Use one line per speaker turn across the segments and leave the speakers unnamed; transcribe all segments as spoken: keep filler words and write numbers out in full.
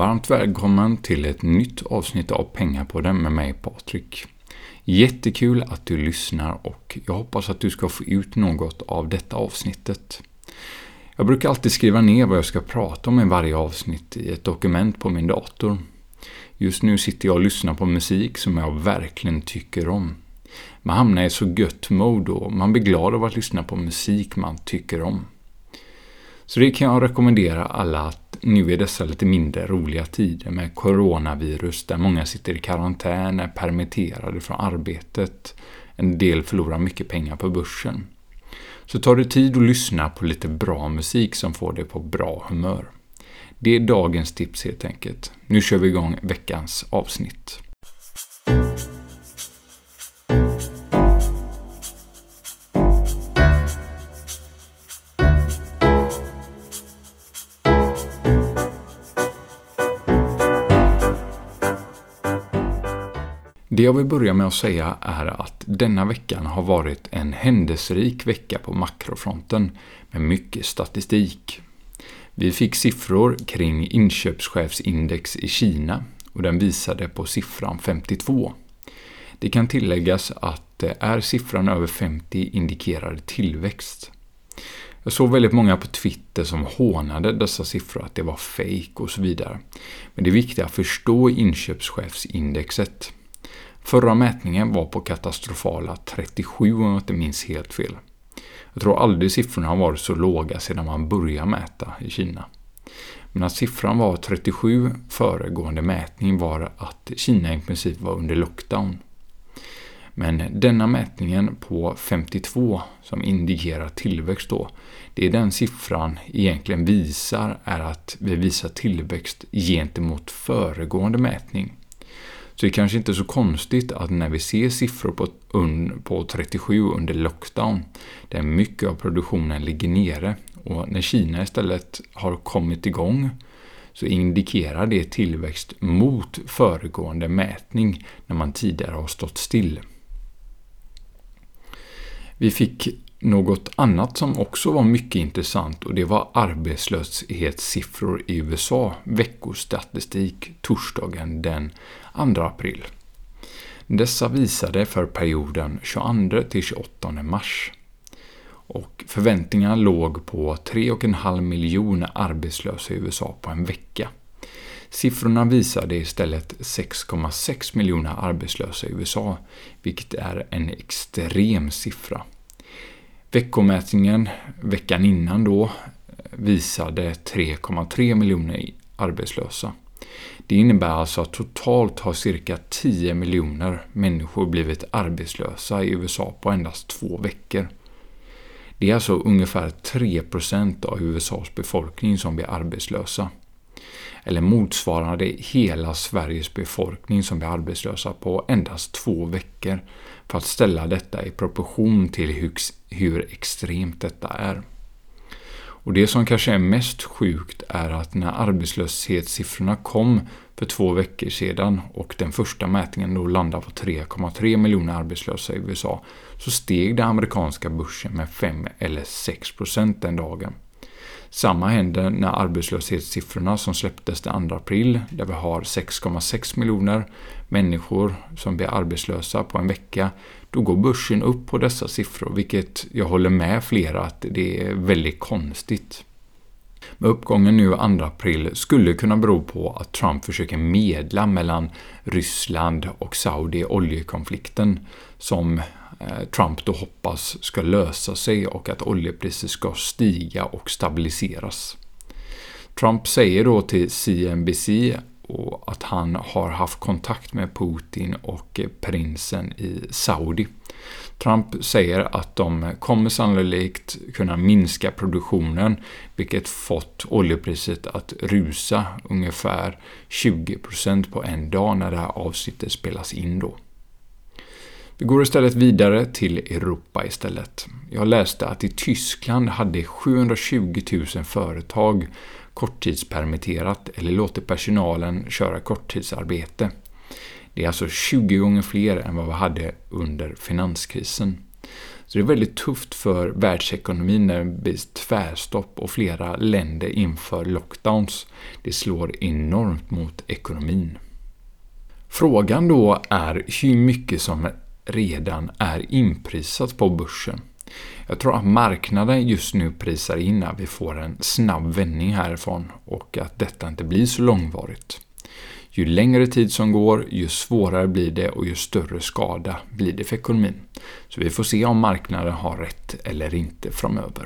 Varmt välkommen till ett nytt avsnitt av Pengapodden med mig Patrik. Jättekul att du lyssnar och jag hoppas att du ska få ut något av detta avsnittet. Jag brukar alltid skriva ner vad jag ska prata om i varje avsnitt i ett dokument på min dator. Just nu sitter jag och lyssnar på musik som jag verkligen tycker om. Man hamnar i så gött mode och man blir glad av att lyssna på musik man tycker om. Så det kan jag rekommendera alla att nu är dessa lite mindre roliga tider med coronavirus där många sitter i karantän, är permitterade från arbetet. En del förlorar mycket pengar på börsen. Så tar det tid att lyssna på lite bra musik som får dig på bra humör. Det är dagens tips helt enkelt. Nu kör vi igång veckans avsnitt. Det jag vill börja med att säga är att denna veckan har varit en händelserik vecka på makrofronten med mycket statistik. Vi fick siffror kring inköpschefsindex i Kina och den visade på siffran femtiotvå. Det kan tilläggas att är siffran över femtio indikerade tillväxt. Jag såg väldigt många på Twitter som hånade dessa siffror att det var fake och så vidare. Men det är viktigt att förstå inköpschefsindexet. Förra mätningen var på katastrofala trettiosju om jag inte minns helt fel. Jag tror aldrig siffrorna har varit så låga sedan man började mäta i Kina. Men att siffran var trettiosju föregående mätning var att Kina i princip var under lockdown. Men denna mätningen på femtiotvå som indikerar tillväxt då, det är den siffran egentligen visar är att vi visar tillväxt gentemot föregående mätning. Så det är kanske inte så konstigt att när vi ser siffror på, på trettiosju under lockdown där mycket av produktionen ligger nere och när Kina istället har kommit igång så indikerar det tillväxt mot föregående mätning när man tidigare har stått still. Vi fick något annat som också var mycket intressant och det var arbetslöshetssiffror i U S A, veckostatistik torsdagen den andra april. Dessa visade för perioden tjugoandra till tjugoåttonde mars. Och förväntningarna låg på tre komma fem miljoner arbetslösa i U S A på en vecka. Siffrorna visade istället sex komma sex miljoner arbetslösa i U S A, vilket är en extrem siffra. Veckomätningen veckan innan då visade tre komma tre miljoner arbetslösa. Det innebär alltså att totalt har cirka tio miljoner människor blivit arbetslösa i U S A på endast två veckor. Det är alltså ungefär tre procent av U S A:s befolkning som blir arbetslösa. Eller motsvarande hela Sveriges befolkning som blir arbetslösa på endast två veckor för att ställa detta i proportion till hur, hur extremt detta är. Och det som kanske är mest sjukt är att när arbetslöshetssiffrorna kom för två veckor sedan och den första mätningen då landade på tre komma tre miljoner arbetslösa i U S A så steg den amerikanska börsen med fem eller sex procent den dagen. Samma hände när arbetslöshetssiffrorna som släpptes den andra april där vi har sex komma sex miljoner människor som blir arbetslösa på en vecka. Då går börsen upp på dessa siffror vilket jag håller med flera att det är väldigt konstigt. Men uppgången nu andra april skulle kunna bero på att Trump försöker medla mellan Ryssland och Saudi oljekonflikten som Trump då hoppas ska lösa sig och att oljepriset ska stiga och stabiliseras. Trump säger då till C N B C att han har haft kontakt med Putin och prinsen i Saudi. Trump säger att de kommer sannolikt kunna minska produktionen vilket fått oljepriset att rusa ungefär tjugo procent på en dag när det här avsnittet spelas in då. Vi går istället vidare till Europa istället. Jag läste att i Tyskland hade sjuhundratjugo tusen företag korttidspermitterat eller låter personalen köra korttidsarbete. Det är alltså tjugo gånger fler än vad vi hade under finanskrisen. Så det är väldigt tufft för världsekonomin när det blir tvärstopp och flera länder inför lockdowns. Det slår enormt mot ekonomin. Frågan då är hur mycket som redan är inprisat på börsen. Jag tror att marknaden just nu prisar in att vi får en snabb vändning härifrån och att detta inte blir så långvarigt. Ju längre tid som går, ju svårare blir det och ju större skada blir det för ekonomin. Så vi får se om marknaden har rätt eller inte framöver.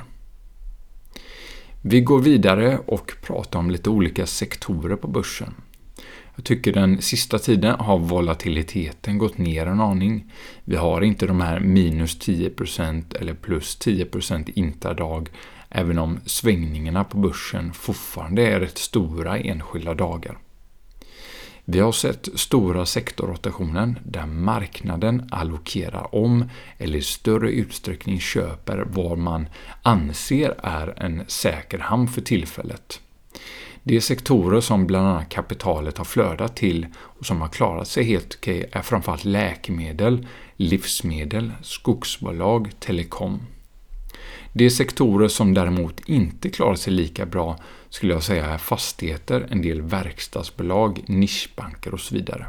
Vi går vidare och pratar om lite olika sektorer på börsen. Jag tycker den sista tiden har volatiliteten gått ner en aning. Vi har inte de här minus tio procent eller plus tio procent intradag, även om svängningarna på börsen fortfarande är rätt stora enskilda dagar. Vi har sett stora sektorrotationen där marknaden allokerar om eller i större utsträckning köper vad man anser är en säker hamn för tillfället. De sektorer som bland annat kapitalet har flödat till och som har klarat sig helt okej är framförallt läkemedel, livsmedel, skogsbolag, telekom. De sektorer som däremot inte klarar sig lika bra skulle jag säga är fastigheter, en del verkstadsbolag, nischbanker och så vidare.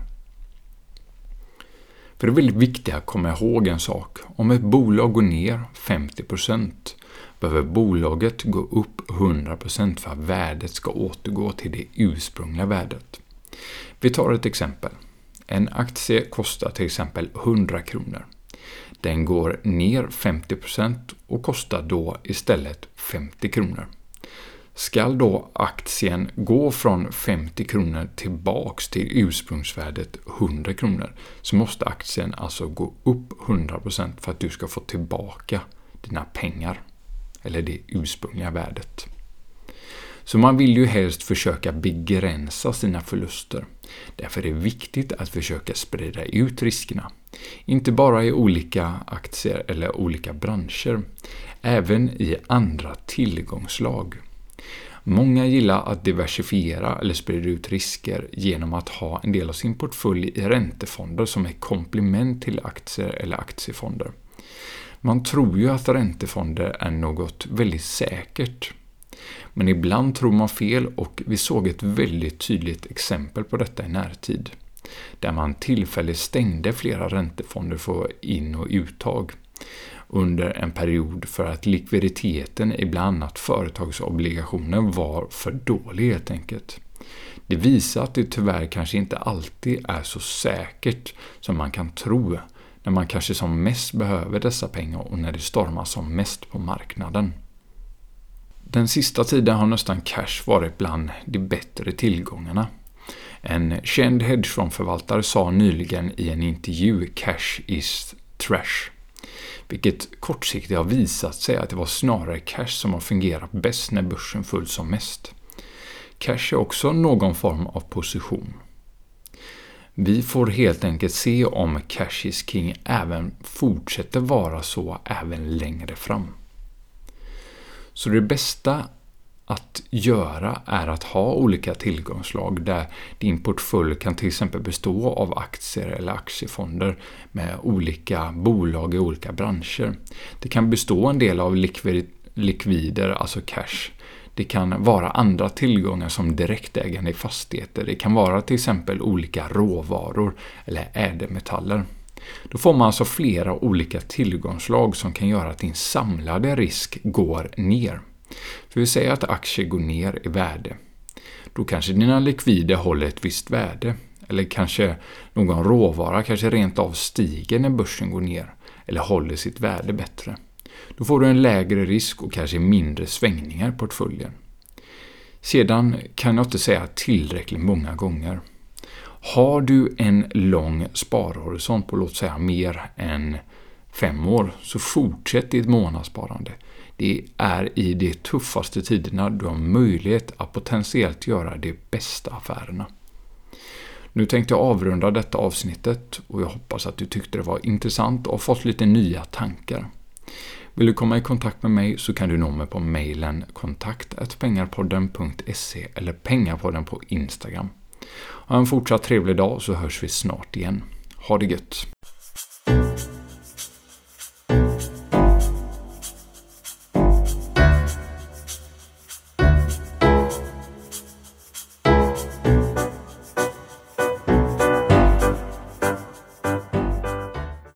För det är väldigt viktigt att komma ihåg en sak. Om ett bolag går ner femtio procent behöver bolaget gå upp hundra procent för att värdet ska återgå till det ursprungliga värdet. Vi tar ett exempel. En aktie kostar till exempel hundra kronor. Den går ner femtio procent och kostar då istället femtio kronor. Ska då aktien gå från femtio kronor tillbaks till ursprungsvärdet hundra kronor så måste aktien alltså gå upp hundra procent för att du ska få tillbaka dina pengar eller det ursprungliga värdet. Så man vill ju helst försöka begränsa sina förluster. Därför är det viktigt att försöka sprida ut riskerna. Inte bara i olika aktier eller olika branscher, även i andra tillgångslag. Många gillar att diversifiera eller sprida ut risker genom att ha en del av sin portfölj i räntefonder som är komplement till aktier eller aktiefonder. Man tror ju att räntefonder är något väldigt säkert. Men ibland tror man fel och vi såg ett väldigt tydligt exempel på detta i närtid. Där man tillfälligt stängde flera räntefonder för in- och uttag under en period för att likviditeten i bland annat företagsobligationer var för dålig helt enkelt. Det visar att det tyvärr kanske inte alltid är så säkert som man kan tro när man kanske som mest behöver dessa pengar och när det stormar som mest på marknaden. Den sista tiden har nästan cash varit bland de bättre tillgångarna. En känd hedgefondförvaltare sa nyligen i en intervju cash is trash. Vilket kortsiktigt har visat sig att det var snarare cash som har fungerat bäst när börsen föll som mest. Cash är också någon form av position. Vi får helt enkelt se om cash is king även fortsätter vara så även längre fram. Så det bästa att göra är att ha olika tillgångslag där din portfölj kan till exempel bestå av aktier eller aktiefonder med olika bolag i olika branscher. Det kan bestå en del av likvid, likvider, alltså cash. Det kan vara andra tillgångar som direktägande i fastigheter. Det kan vara till exempel olika råvaror eller ädelmetaller. Då får man alltså flera olika tillgångslag som kan göra att din samlade risk går ner. För vi säger att aktier går ner i värde. Då kanske dina likvider håller ett visst värde. Eller kanske någon råvara kanske rent av stiger när börsen går ner. Eller håller sitt värde bättre. Då får du en lägre risk och kanske mindre svängningar i portföljen. Sedan kan jag inte säga tillräckligt många gånger. Har du en lång sparhorisont på låt säga mer än fem år så fortsätt ditt månadssparande. Det är i de tuffaste tiderna du har möjlighet att potentiellt göra de bästa affärerna. Nu tänkte jag avrunda detta avsnittet och jag hoppas att du tyckte det var intressant och fått lite nya tankar. Vill du komma i kontakt med mig så kan du nå mig på mejlen kontakt at pengarpodden punkt se eller pengarpodden på Instagram. Ha en fortsatt trevlig dag så hörs vi snart igen. Ha det gött!